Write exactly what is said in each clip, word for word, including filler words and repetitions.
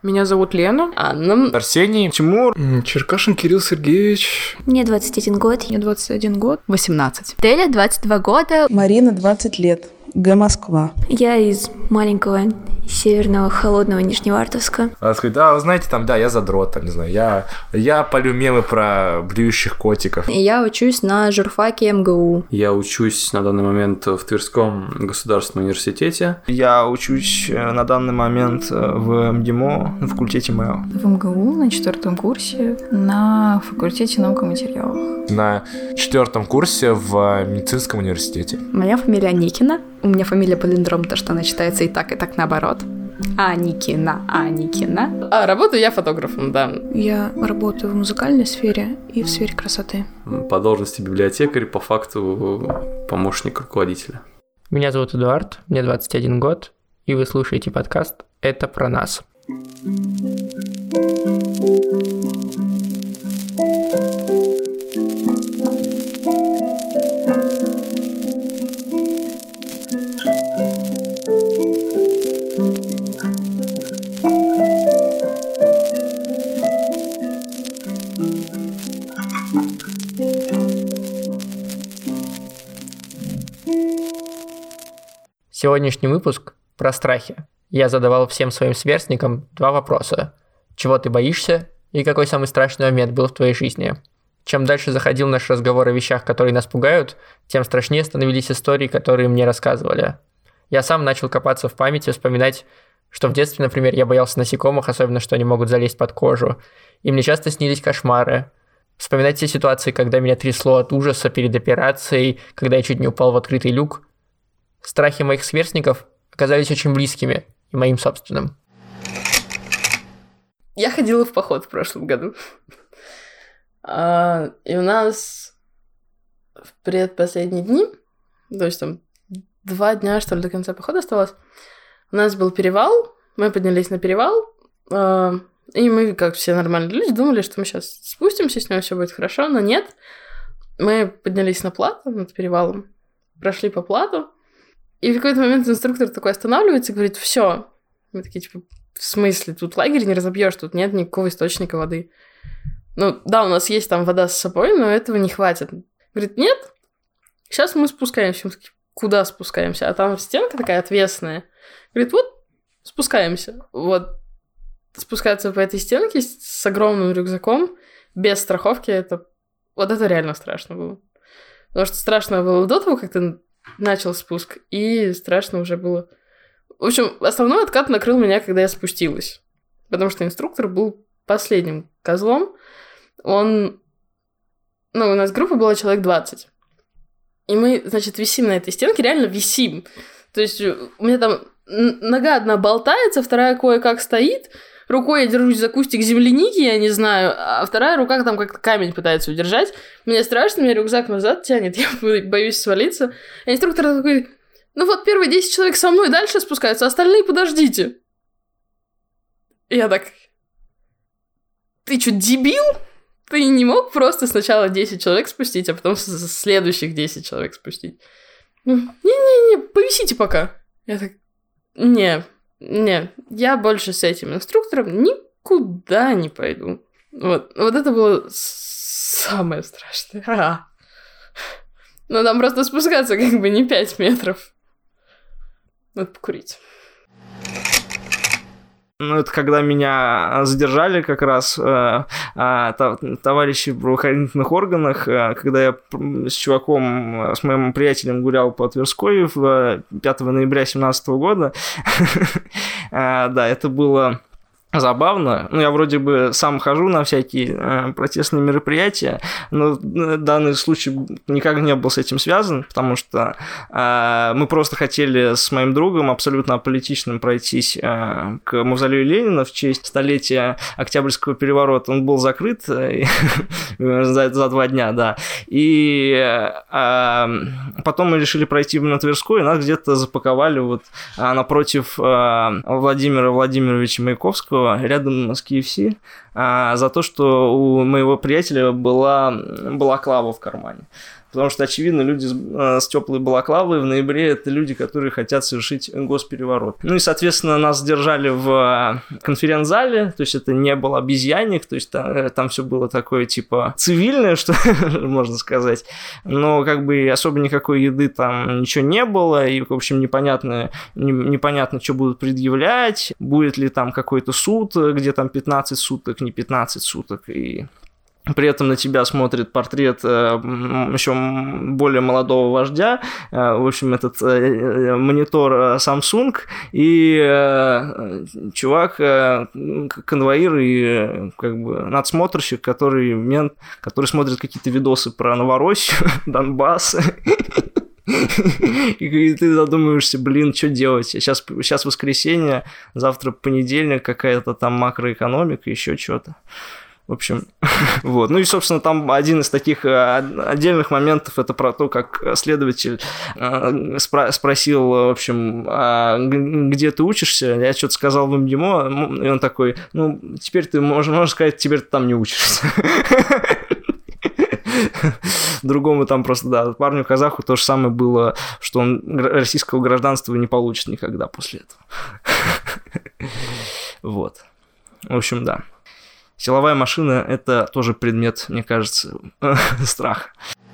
Меня зовут Лена. Анна. Арсений. Тимур. Черкашин Кирилл Сергеевич. Мне двадцать один год. Мне двадцать один год. восемнадцать. Теля, двадцать два года. Марина, двадцать лет. Г. Москва. Я из маленького северного холодного Нижневартовска. Она сказать, да, вы знаете, там, да, я задрот, там, не знаю, я, я полю мемы про блюющих котиков. Я учусь на журфаке эм гэ у. Я учусь на данный момент в Тверском государственном университете. Я учусь на данный момент в МГИМО на факультете МЭО. В эм гэ у на четвертом курсе на факультете наук и материалов. На четвертом курсе в медицинском университете. Моя фамилия Никина. У меня фамилия палиндром, то что она читается и так, и так наоборот. Аникина, Аникина. А, работаю я фотографом, да. Я работаю в музыкальной сфере и в сфере красоты. По должности библиотекарь, по факту помощник руководителя. Меня зовут Эдуард, мне двадцать один год, и вы слушаете подкаст «Это про нас». Сегодняшний выпуск про страхи. Я задавал всем своим сверстникам два вопроса. Чего ты боишься и какой самый страшный момент был в твоей жизни? Чем дальше заходил наш разговор о вещах, которые нас пугают, тем страшнее становились истории, которые мне рассказывали. Я сам начал копаться в памяти, вспоминать, что в детстве, например, я боялся насекомых, особенно что они могут залезть под кожу. И мне часто снились кошмары. Вспоминать те ситуации, когда меня трясло от ужаса перед операцией, когда я чуть не упал в открытый люк. Страхи моих сверстников оказались очень близкими и моим собственным. Я ходила в поход в прошлом году. А, и у нас в предпоследние дни, то есть там два дня, что ли, до конца похода осталось, у нас был перевал, мы поднялись на перевал, а, и мы, как все нормальные люди, думали, что мы сейчас спустимся, с ним все будет хорошо, но нет. Мы поднялись на плато над перевалом, прошли по плату, и в какой-то момент инструктор такой останавливается и говорит: все. Мы такие, типа, в смысле? Тут лагерь не разобьешь, тут нет никакого источника воды. Ну, да, у нас есть там вода с собой, но этого не хватит. Говорит: нет, сейчас мы спускаемся. Мы такие: куда спускаемся? А там стенка такая отвесная. Говорит: вот, спускаемся. Вот, спускаться по этой стенке с огромным рюкзаком, без страховки, это... Вот это реально страшно было. Потому что страшно было до того, как ты начал спуск, и страшно уже было. В общем, основной откат накрыл меня, когда я спустилась. Потому что инструктор был последним козлом. Он... Ну, у нас группа была человек двадцать. И мы, значит, висим на этой стенке, реально висим. То есть у меня там нога одна болтается, вторая кое-как стоит, рукой я держусь за кустик земляники, я не знаю, а вторая рука там как-то камень пытается удержать. Мне страшно, меня рюкзак назад тянет, я боюсь свалиться. А инструктор такой: ну вот первые десять человек со мной дальше спускаются, остальные подождите. И я так: ты что, дебил? Ты не мог просто сначала десять человек спустить, а потом следующих десять человек спустить? Не-не-не, повисите пока. Я так: не, не, я больше с этим инструктором никуда не пойду. Вот, вот это было самое страшное. А-а. Но там просто спускаться как бы не пять метров. Надо покурить. Ну, это когда меня задержали как раз э, э, товарищи в правоохранительных органах, э, когда я с чуваком, с моим приятелем гулял по Тверской в пятого ноября две тысячи семнадцатого года. Да, это было забавно. Ну, я вроде бы сам хожу на всякие э, протестные мероприятия, но данный случай никак не был с этим связан, потому что э, мы просто хотели с моим другом абсолютно аполитичным пройтись э, к мавзолею Ленина в честь столетия Октябрьского переворота. Он был закрыт э, за, за два дня, да. И э, потом мы решили пройти на Тверской, и нас где-то запаковали вот э, напротив э, Владимира Владимировича Маяковского, рядом с кей эф си, а, за то, что у моего приятеля была балаклава в кармане. Потому что, очевидно, люди с, с теплой балаклавой в ноябре — это люди, которые хотят совершить госпереворот. Ну и, соответственно, нас держали в конференц-зале, то есть это не был обезьянник, то есть там, там все было такое, типа, цивильное, что можно сказать. Но как бы особо никакой еды там ничего не было, и, в общем, непонятно, не, непонятно, что будут предъявлять, будет ли там какой-то суд, где там пятнадцать суток, не пятнадцать суток, и при этом на тебя смотрит портрет э, еще более молодого вождя, э, в общем, этот э, монитор Samsung, и э, чувак, э, конвоир и э, как бы надсмотрщик, который, мент, который смотрит какие-то видосы про Новороссию, Донбасс. И ты задумываешься, блин, что делать? Сейчас, сейчас воскресенье, завтра понедельник, какая-то там макроэкономика, еще что-то. В общем, вот. Ну и, собственно, там один из таких отдельных моментов — это про то, как следователь спро- спросил, в общем, а где ты учишься? Я что-то сказал в МГИМО, и он такой, ну, теперь ты, можно, можно сказать, теперь ты там не учишься. Другому там просто, да, парню-казаху то же самое было, что он российского гражданства не получит никогда после этого. Вот. В общем, да. Силовая машина — это тоже предмет, мне кажется, страха.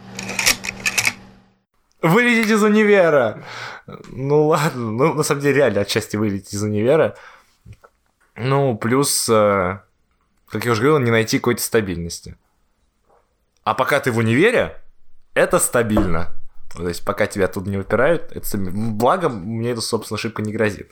Вылететь из универа! Ну ладно, ну на самом деле реально отчасти вылететь из универа. Ну, плюс, как я уже говорил, не найти какой-то стабильности. А пока ты в универе, это стабильно. То есть пока тебя тут не выпирают, это стабильно. Благо, мне это, собственно, ошибка не грозит.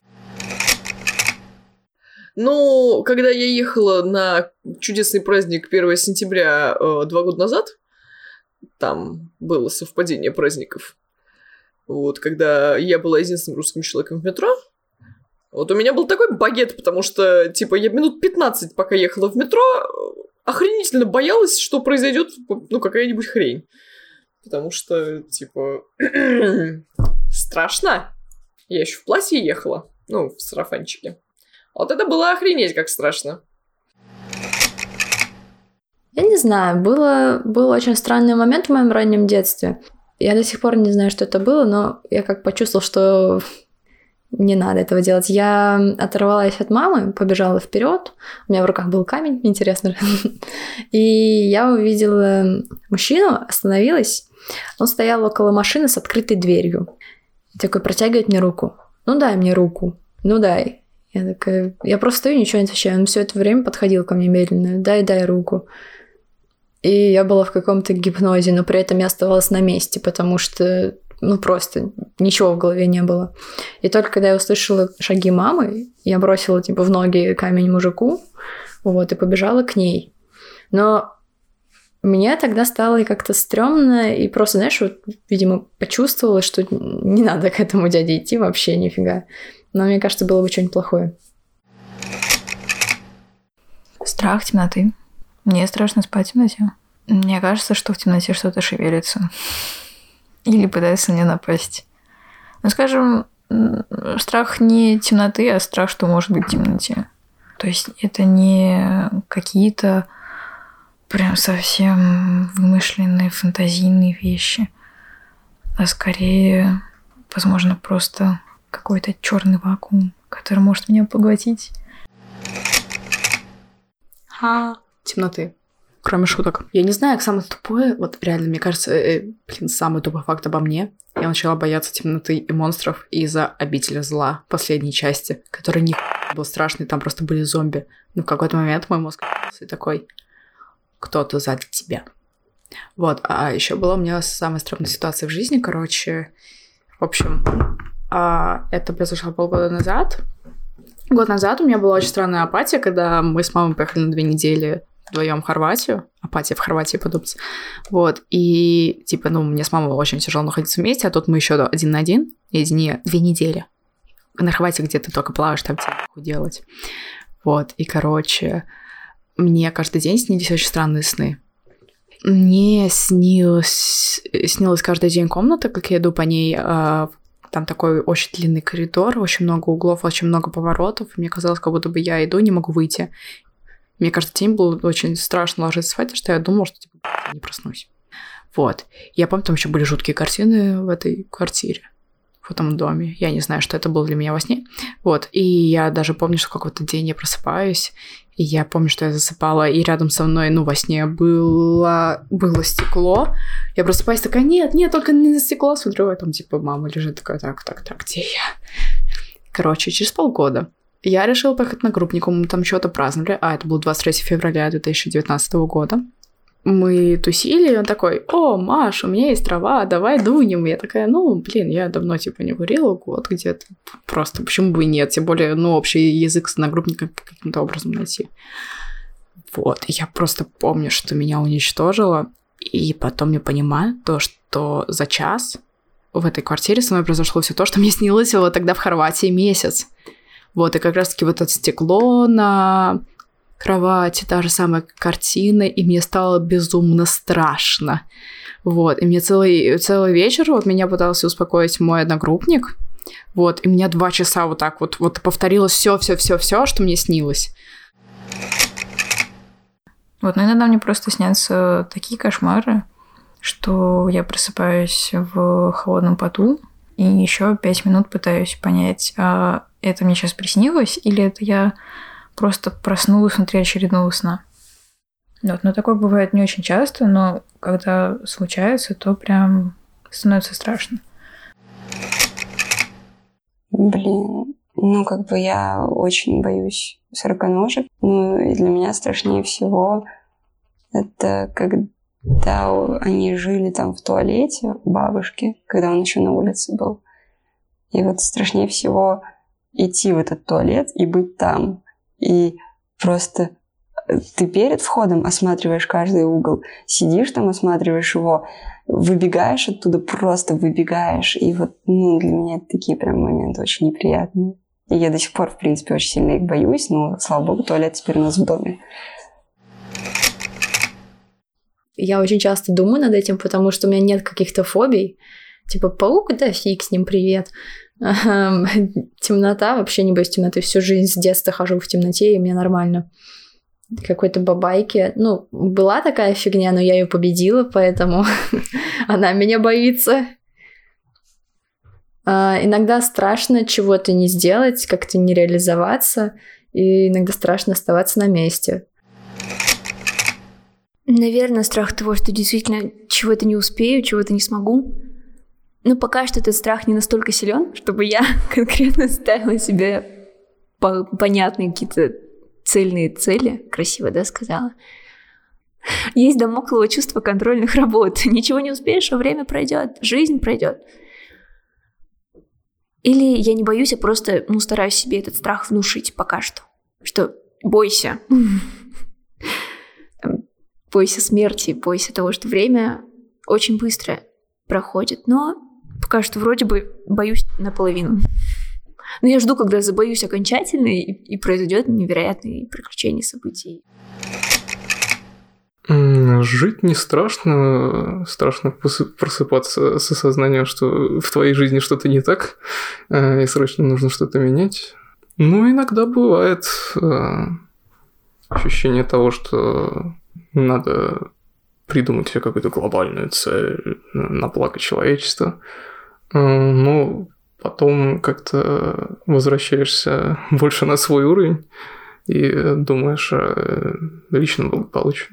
Ну, когда я ехала на чудесный праздник первого сентября э, два года назад, там было совпадение праздников, вот, когда я была единственным русским человеком в метро, вот у меня был такой багет, потому что, типа, я минут пятнадцать, пока ехала в метро, охренительно боялась, что произойдет, ну, какая-нибудь хрень. Потому что, типа, страшно. Я еще в платье ехала, ну, в сарафанчике. Вот это было охренеть как страшно. Я не знаю, было, был очень странный момент в моем раннем детстве. Я до сих пор не знаю, что это было, но я как почувствовала, что не надо этого делать. Я оторвалась от мамы, побежала вперед. У меня в руках был камень, интересно. И я увидела мужчину, остановилась. Он стоял около машины с открытой дверью. Такой протягивает мне руку. Ну дай мне руку, ну дай. Я такая, я просто стою, ничего не отвечаю. Он все это время подходил ко мне медленно. Дай, дай руку. И я была в каком-то гипнозе, но при этом я оставалась на месте, потому что, ну, просто ничего в голове не было. И только когда я услышала шаги мамы, я бросила, типа, в ноги камень мужику, вот, и побежала к ней. Но мне тогда стало как-то стрёмно, и просто, знаешь, вот, видимо, почувствовала, что не надо к этому дяде идти вообще нифига. Но мне кажется, было бы что-нибудь плохое. Страх темноты. Мне страшно спать в темноте. Мне кажется, что в темноте что-то шевелится. Или пытается мне напасть. Ну, скажем, страх не темноты, а страх, что может быть в темноте. То есть это не какие-то прям совсем вымышленные, фантазийные вещи, а скорее, возможно, просто какой-то черный вакуум, который может меня поглотить. Ха, темноты. Кроме шуток. Я не знаю, как самое тупое, вот реально, мне кажется, э, блин, самый тупой факт обо мне. Я начала бояться темноты и монстров из-за «Обители зла» последней части, которая не был страшный, там просто были зомби. Но в какой-то момент мой мозг и такой: кто-то сзади тебя. Вот, а еще была у меня самая стрёмная ситуация в жизни, короче. В общем, а, это произошло полгода назад. Год назад у меня была очень странная апатия, когда мы с мамой поехали на две недели вдвоем в Хорватию. Апатия в Хорватии, подумайте. Вот, и типа, ну, мне с мамой очень тяжело находиться вместе, а тут мы еще один на один, и не две недели. На Хорватии, где ты только плаваешь, там тебе нахуй делать. Вот, и, короче, мне каждый день снились очень странные сны. Мне снилось, снилась каждый день комната, как я иду по ней. Там такой очень длинный коридор, очень много углов, очень много поворотов. Мне казалось, как будто бы я иду, не могу выйти. Мне каждый день было очень страшно ложиться спать, потому что я думала, что типа, я не проснусь. Вот. Я помню, там еще были жуткие картины в этой квартире, в этом доме. Я не знаю, что это было для меня во сне. Вот. И я даже помню, что какой-то день я просыпаюсь, и я помню, что я засыпала, и рядом со мной, ну, во сне было, было стекло. Я просыпаюсь, такая, нет, нет, только не на стекло. Смотрю, а там, типа, мама лежит, такая, так, так, так, где я? Короче, через полгода я решила поехать на группнику, мы там что-то праздновали. А, это был двадцать третьего февраля две тысячи девятнадцатого года. Мы тусили, и он такой, о, Маш, у меня есть трава, давай дунем. Я такая, ну, блин, я давно, типа, не курила, год где-то. Просто почему бы и нет, тем более, ну, общий язык с одногруппником каким-то образом найти. Вот, и я просто помню, что меня уничтожило, и потом я понимаю то, что за час в этой квартире со мной произошло все то, что мне снилось вот тогда в Хорватии месяц. Вот, и как раз-таки вот это стекло на кровати, та же самая картина, и мне стало безумно страшно. Вот, и мне целый, целый вечер вот меня пытался успокоить мой одногруппник, вот, и у меня два часа вот так вот, вот повторилось все-все-все-все, что мне снилось. Вот, ну иногда мне просто снятся такие кошмары, что я просыпаюсь в холодном поту и еще пять минут пытаюсь понять, а это мне сейчас приснилось или это я просто проснулась внутри очередного сна. Вот, но такое бывает не очень часто, но когда случается, то прям становится страшно. Блин, ну как бы я очень боюсь сороконожек. Ну и для меня страшнее всего это когда они жили там в туалете у бабушки, когда он еще на улице был. И вот страшнее всего идти в этот туалет и быть там. И просто ты перед входом осматриваешь каждый угол, сидишь там, осматриваешь его, выбегаешь оттуда, просто выбегаешь. И вот ну, для меня это такие прям моменты очень неприятные. И я до сих пор, в принципе, очень сильно их боюсь, но, слава богу, туалет теперь у нас в доме. Я очень часто думаю над этим, потому что у меня нет каких-то фобий. Типа паук, да фиг с ним, привет. Темнота, вообще не боюсь темноты. Всю жизнь с детства хожу в темноте, и мне нормально. Какой-то бабайки. Ну, была такая фигня, но я ее победила, поэтому она меня боится. А, иногда страшно чего-то не сделать, как-то не реализоваться, и иногда страшно оставаться на месте. Наверное, страх того, что действительно чего-то не успею, чего-то не смогу. Но пока что этот страх не настолько силен, чтобы я конкретно ставила себе по- понятные какие-то цельные цели. Красиво, да, сказала? Есть дамоклово чувство контрольных работ. Ничего не успеешь, а время пройдет, жизнь пройдет. Или я не боюсь, а просто ну, стараюсь себе этот страх внушить пока что. Что бойся. Бойся смерти, бойся того, что время очень быстро проходит. Но пока что вроде бы боюсь наполовину. Но я жду, когда забоюсь окончательно, и, и произойдет невероятные приключения, событий. Жить не страшно. Страшно просыпаться с осознанием, что в твоей жизни что-то не так, и срочно нужно что-то менять. Ну, иногда бывает ощущение того, что надо придумать себе какую-то глобальную цель, наплакать человечество. Но потом как-то возвращаешься больше на свой уровень и думаешь о личном благополучии.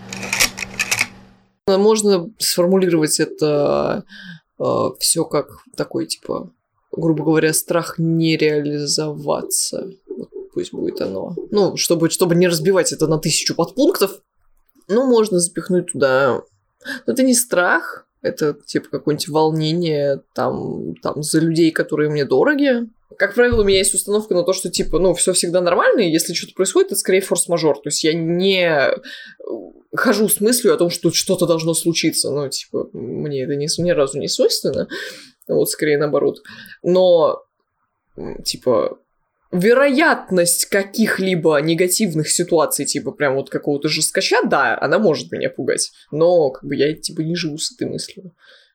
Можно сформулировать это э, все как такой, типа, грубо говоря, страх не реализоваться. Вот пусть будет оно. Ну, чтобы, чтобы не разбивать это на тысячу подпунктов, ну, можно запихнуть туда. Но это не страх, это типа какое-нибудь волнение там, там за людей, которые мне дороги. Как правило, у меня есть установка на то, что типа, ну, все всегда нормально, и если что-то происходит, это скорее форс-мажор. То есть я не хожу с мыслью о том, что что-то должно случиться. Ну, типа, мне это ни, ни разу не свойственно. Вот, скорее наоборот. Но, типа, вероятность каких-либо негативных ситуаций, типа, прям вот какого-то жесткача, да, она может меня пугать. Но, как бы, я, типа, не живу с этой мыслью.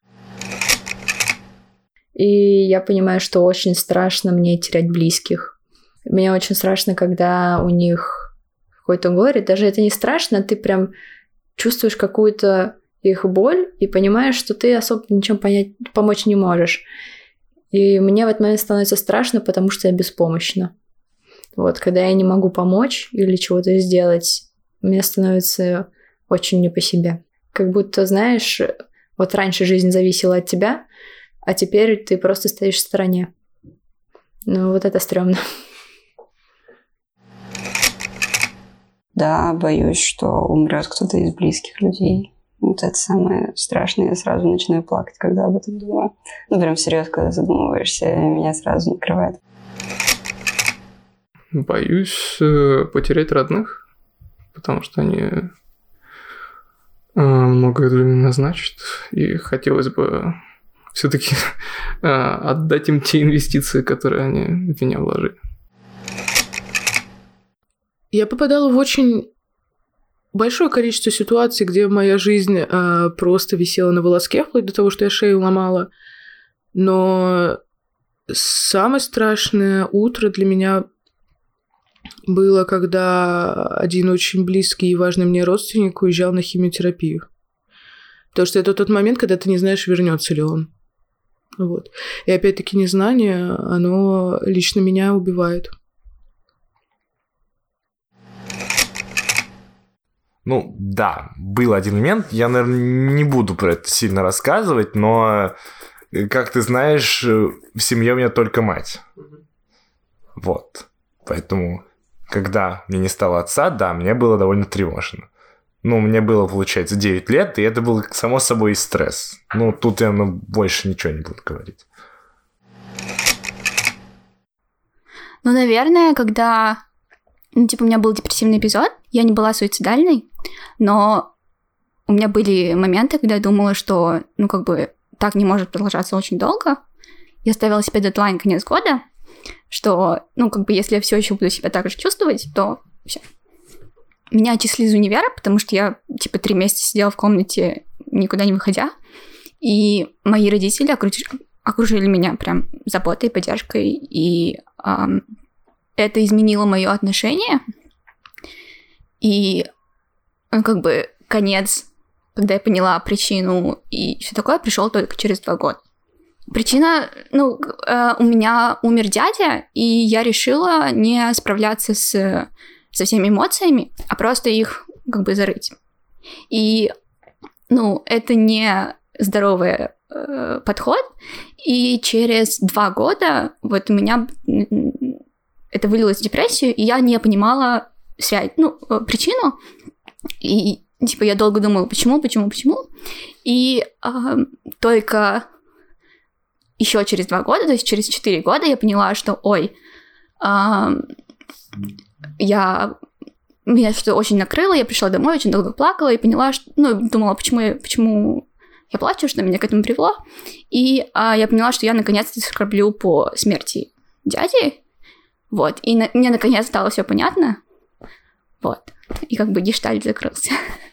И я понимаю, что очень страшно мне терять близких. Мне очень страшно, когда у них какое-то горе. Даже это не страшно, ты прям чувствуешь какую-то их боль и понимаешь, что ты особо ничем понять, помочь не можешь. И мне в этот момент становится страшно, потому что я беспомощна. Вот, когда я не могу помочь или чего-то сделать, мне становится очень не по себе. Как будто, знаешь, вот раньше жизнь зависела от тебя, а теперь ты просто стоишь в стороне. Ну, вот это стрёмно. Да, боюсь, что умрет кто-то из близких людей. Вот это самое страшное. Я сразу начинаю плакать, когда об этом думаю. Ну, прям серьезно, когда задумываешься, меня сразу накрывает. Боюсь э, потерять родных, потому что они э, многое для меня значат. И хотелось бы все-таки э, отдать им те инвестиции, которые они в меня вложили. Я попадала в очень большое количество ситуаций, где моя жизнь э, просто висела на волоске, вплоть до того, что я шею ломала. Но самое страшное утро для меня было, когда один очень близкий и важный мне родственник уезжал на химиотерапию. Потому что это тот момент, когда ты не знаешь, вернется ли он. Вот. И опять-таки незнание, оно лично меня убивает. Ну, да, был один момент, я, наверное, не буду про это сильно рассказывать, но, как ты знаешь, в семье у меня только мать. Вот. Поэтому, когда мне не стало отца, да, мне было довольно тревожно. Ну, мне было, получается, девять лет, и это был, само собой, и стресс. Ну, тут я ну, больше ничего не буду говорить. Ну, наверное, когда... Ну, типа, у меня был депрессивный эпизод, я не была суицидальной, но у меня были моменты, когда я думала, что, ну, как бы, так не может продолжаться очень долго. Я ставила себе дедлайн конец года, что, ну, как бы, если я все еще буду себя так же чувствовать, то все. Меня отчислили из универа, потому что я, типа, три месяца сидела в комнате, никуда не выходя, и мои родители окружили, окружили меня прям заботой, поддержкой, и... Эм, это изменило мое отношение. И, ну, как бы, конец, когда я поняла причину и все такое, пришел только через два года. Причина, ну, э, у меня умер дядя, и я решила не справляться с, со всеми эмоциями, а просто их, как бы, зарыть. И, ну, это не здоровый э, подход. И через два года вот у меня... это вылилось в депрессию, и я не понимала связь, ну, причину. И, типа, я долго думала, почему, почему, почему. И э, только еще через два года, то есть через четыре года я поняла, что, ой, э, я... меня что-то очень накрыло, я пришла домой, очень долго плакала и поняла, что... Ну, думала, почему я, почему я плачу, что меня к этому привело. И э, я поняла, что я наконец-то скорблю по смерти дяди. Вот, и на, мне наконец стало все понятно. Вот. И как бы гештальт закрылся.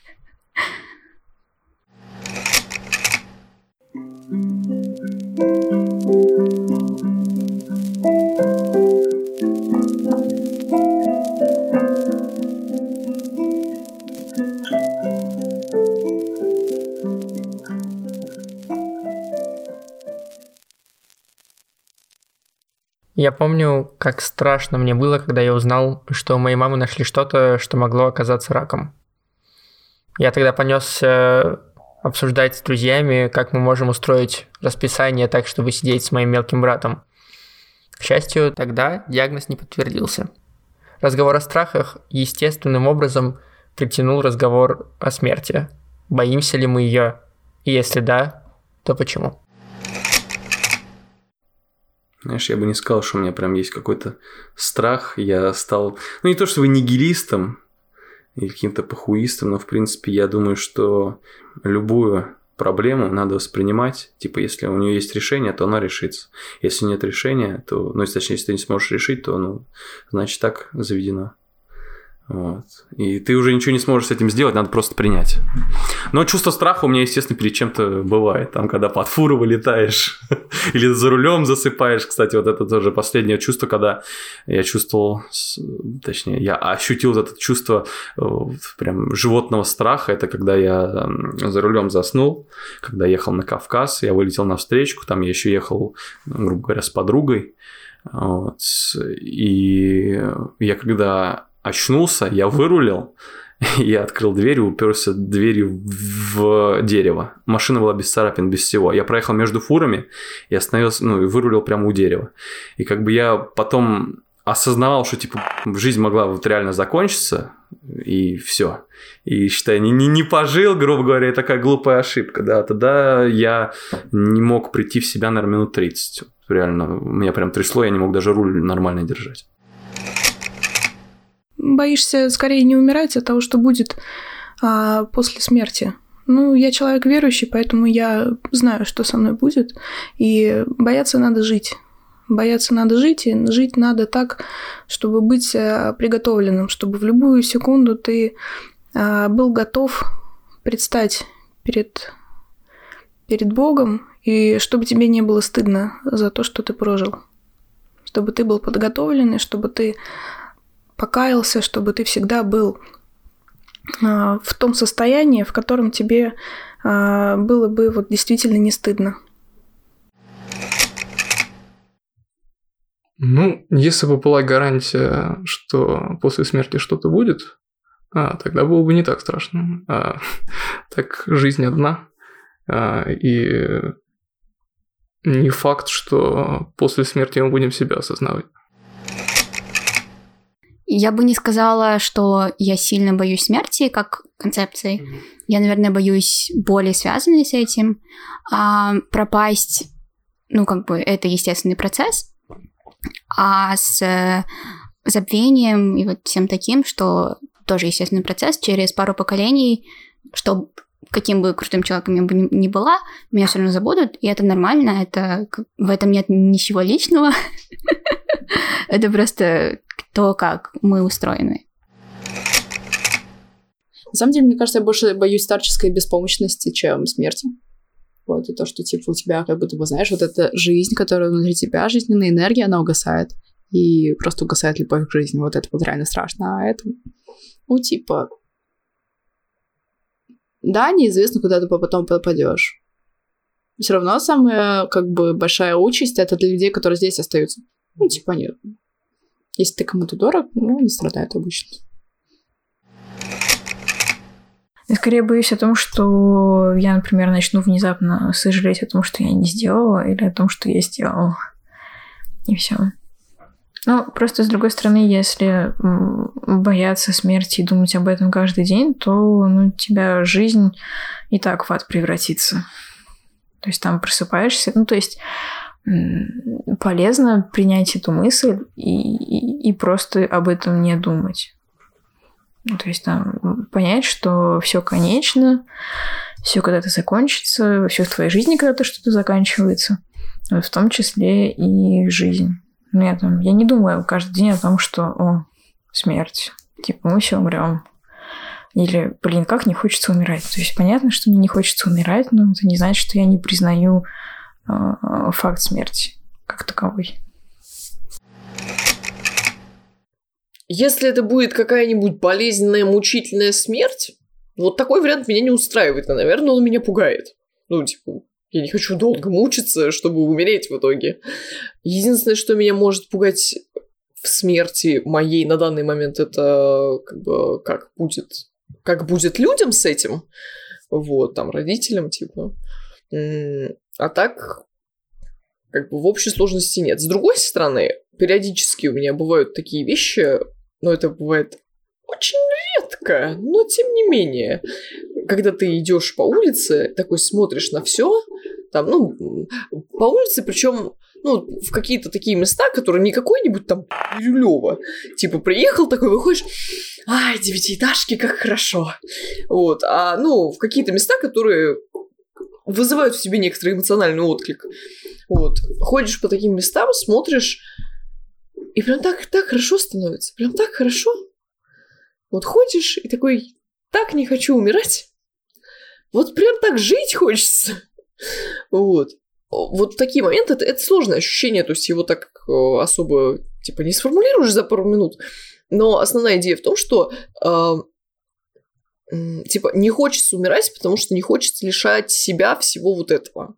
Я помню, как страшно мне было, когда я узнал, что у моей мамы нашли что-то, что могло оказаться раком. Я тогда понесся обсуждать с друзьями, как мы можем устроить расписание так, чтобы сидеть с моим мелким братом. К счастью, тогда диагноз не подтвердился. Разговор о страхах естественным образом притянул разговор о смерти. Боимся ли мы ее? И если да, то почему? Знаешь, я бы не сказал, что у меня прям есть какой-то страх. Я стал, ну не то чтобы нигилистом или каким-то похуистом, но в принципе я думаю, что любую проблему надо воспринимать. Типа, если у нее есть решение, то она решится. Если нет решения, то, ну, точнее, если ты не сможешь решить, то, ну, значит, так заведено. Вот. И ты уже ничего не сможешь с этим сделать, надо просто принять. Но чувство страха у меня, естественно, перед чем-то бывает. Там, когда под фуру вылетаешь или за рулем засыпаешь. Кстати, вот это тоже последнее чувство, когда я чувствовал, точнее, я ощутил вот это чувство прям животного страха. Это когда я за рулем заснул, когда ехал на Кавказ, я вылетел на встречку, там я еще ехал, грубо говоря, с подругой. Вот. И я когда очнулся, я вырулил, я открыл дверь и уперся дверью в дерево. Машина была без царапин, без всего. Я проехал между фурами и остановился, ну, и вырулил прямо у дерева. И как бы я потом осознавал, что, типа, жизнь могла вот реально закончиться, и все. И, считай, не, не, не пожил, грубо говоря, и такая глупая ошибка, да. Тогда я не мог прийти в себя, наверное, минут тридцать. Реально, меня прям трясло, я не мог даже руль нормально держать. Боишься скорее не умирать от того, что будет а, после смерти. Ну, я человек верующий, поэтому я знаю, что со мной будет. И бояться надо жить. Бояться надо жить, и жить надо так, чтобы быть а, приготовленным, чтобы в любую секунду ты а, был готов предстать перед, перед Богом, и чтобы тебе не было стыдно за то, что ты прожил. Чтобы ты был подготовленный, чтобы ты покаялся, чтобы ты всегда был а, в том состоянии, в котором тебе а, было бы вот действительно не стыдно. Ну, если бы была гарантия, что после смерти что-то будет, а, тогда было бы не так страшно. А, так жизнь одна. А, и не факт, что после смерти мы будем себя осознавать. Я бы не сказала, что я сильно боюсь смерти как концепции. Mm-hmm. Я, наверное, боюсь боли, связанной с этим. А пропасть, ну, как бы, это естественный процесс. А с забвением и вот всем таким, что тоже естественный процесс, через пару поколений, что каким бы крутым человеком я бы ни была, меня все равно забудут, и это нормально, это в этом нет ничего личного. Это просто то, как мы устроены. На самом деле, мне кажется, я больше боюсь старческой беспомощности, чем смерти. Вот, и то, что, типа, у тебя как будто бы, знаешь, вот эта жизнь, которая внутри тебя, жизненная энергия, она угасает. И просто угасает любовь к жизни. Вот это вот реально страшно. А это, ну, типа... Да, неизвестно, куда ты потом попадешь. Все равно самая, как бы, большая участь — это для людей, которые здесь остаются. Ну, типа, они... Если ты кому-то дорог, ну, не страдают обычно. Я скорее боюсь о том, что я, например, начну внезапно сожалеть о том, что я не сделала, или о том, что я сделала. И все. Ну, просто с другой стороны, если бояться смерти и думать об этом каждый день, то, ну, у тебя жизнь и так в ад превратится. То есть там просыпаешься, ну, то есть полезно принять эту мысль и, и, и просто об этом не думать. Ну, то есть там понять, что все конечно, все когда-то закончится, все в твоей жизни когда-то что-то заканчивается, в том числе и жизнь. Ну, я, там, я не думаю каждый день о том, что о, смерть, типа мы все умрем. Или, блин, как не хочется умирать. То есть понятно, что мне не хочется умирать, но это не значит, что я не признаю э, факт смерти как таковой. Если это будет какая-нибудь болезненная, мучительная смерть, вот такой вариант меня не устраивает, и, наверное, он меня пугает. Ну, типа, я не хочу долго мучиться, чтобы умереть в итоге. Единственное, что меня может пугать в смерти моей на данный момент, это как бы как будет, как будет людям с этим, вот, там, родителям, типа. А так, как бы в общей сложности нет. С другой стороны, периодически у меня бывают такие вещи, но это бывает очень редко, но тем не менее, когда ты идешь по улице, такой смотришь на все, там, ну, по улице, причем, ну, в какие-то такие места, которые не какой-нибудь там Бирюлёво, типа, приехал такой, выходишь, ай, девятиэтажки, как хорошо, вот, а, ну, в какие-то места, которые вызывают в тебе некоторый эмоциональный отклик, вот, ходишь по таким местам, смотришь, и прям так, так хорошо становится, прям так хорошо. Вот ходишь и такой, так не хочу умирать. Вот прям так жить хочется. Вот. Вот такие моменты, это, это сложное ощущение, то есть его так э, особо, типа, не сформулируешь за пару минут. Но основная идея в том, что, э, э, типа, не хочется умирать, потому что не хочется лишать себя всего вот этого.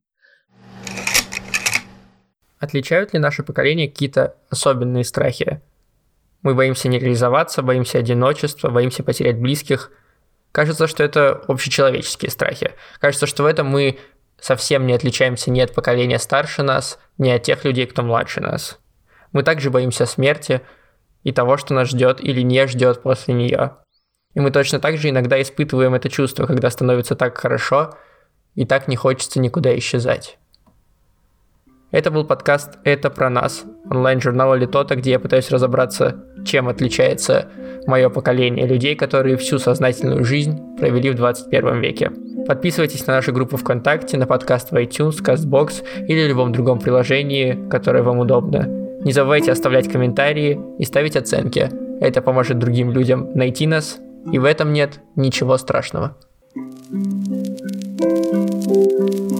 Отличают ли наше поколение какие-то особенные страхи? Мы боимся не реализоваться, боимся одиночества, боимся потерять близких. Кажется, что это общечеловеческие страхи. Кажется, что в этом мы совсем не отличаемся ни от поколения старше нас, ни от тех людей, кто младше нас. Мы также боимся смерти и того, что нас ждет или не ждет после нее. И мы точно так же иногда испытываем это чувство, когда становится так хорошо и так не хочется никуда исчезать. Это был подкаст «Это про нас», онлайн-журнала Литота, где я пытаюсь разобраться, чем отличается мое поколение людей, которые всю сознательную жизнь провели в двадцать первом веке. Подписывайтесь на нашу группу ВКонтакте, на подкаст в iTunes, CastBox или любом другом приложении, которое вам удобно. Не забывайте оставлять комментарии и ставить оценки. Это поможет другим людям найти нас, и в этом нет ничего страшного. Thank you.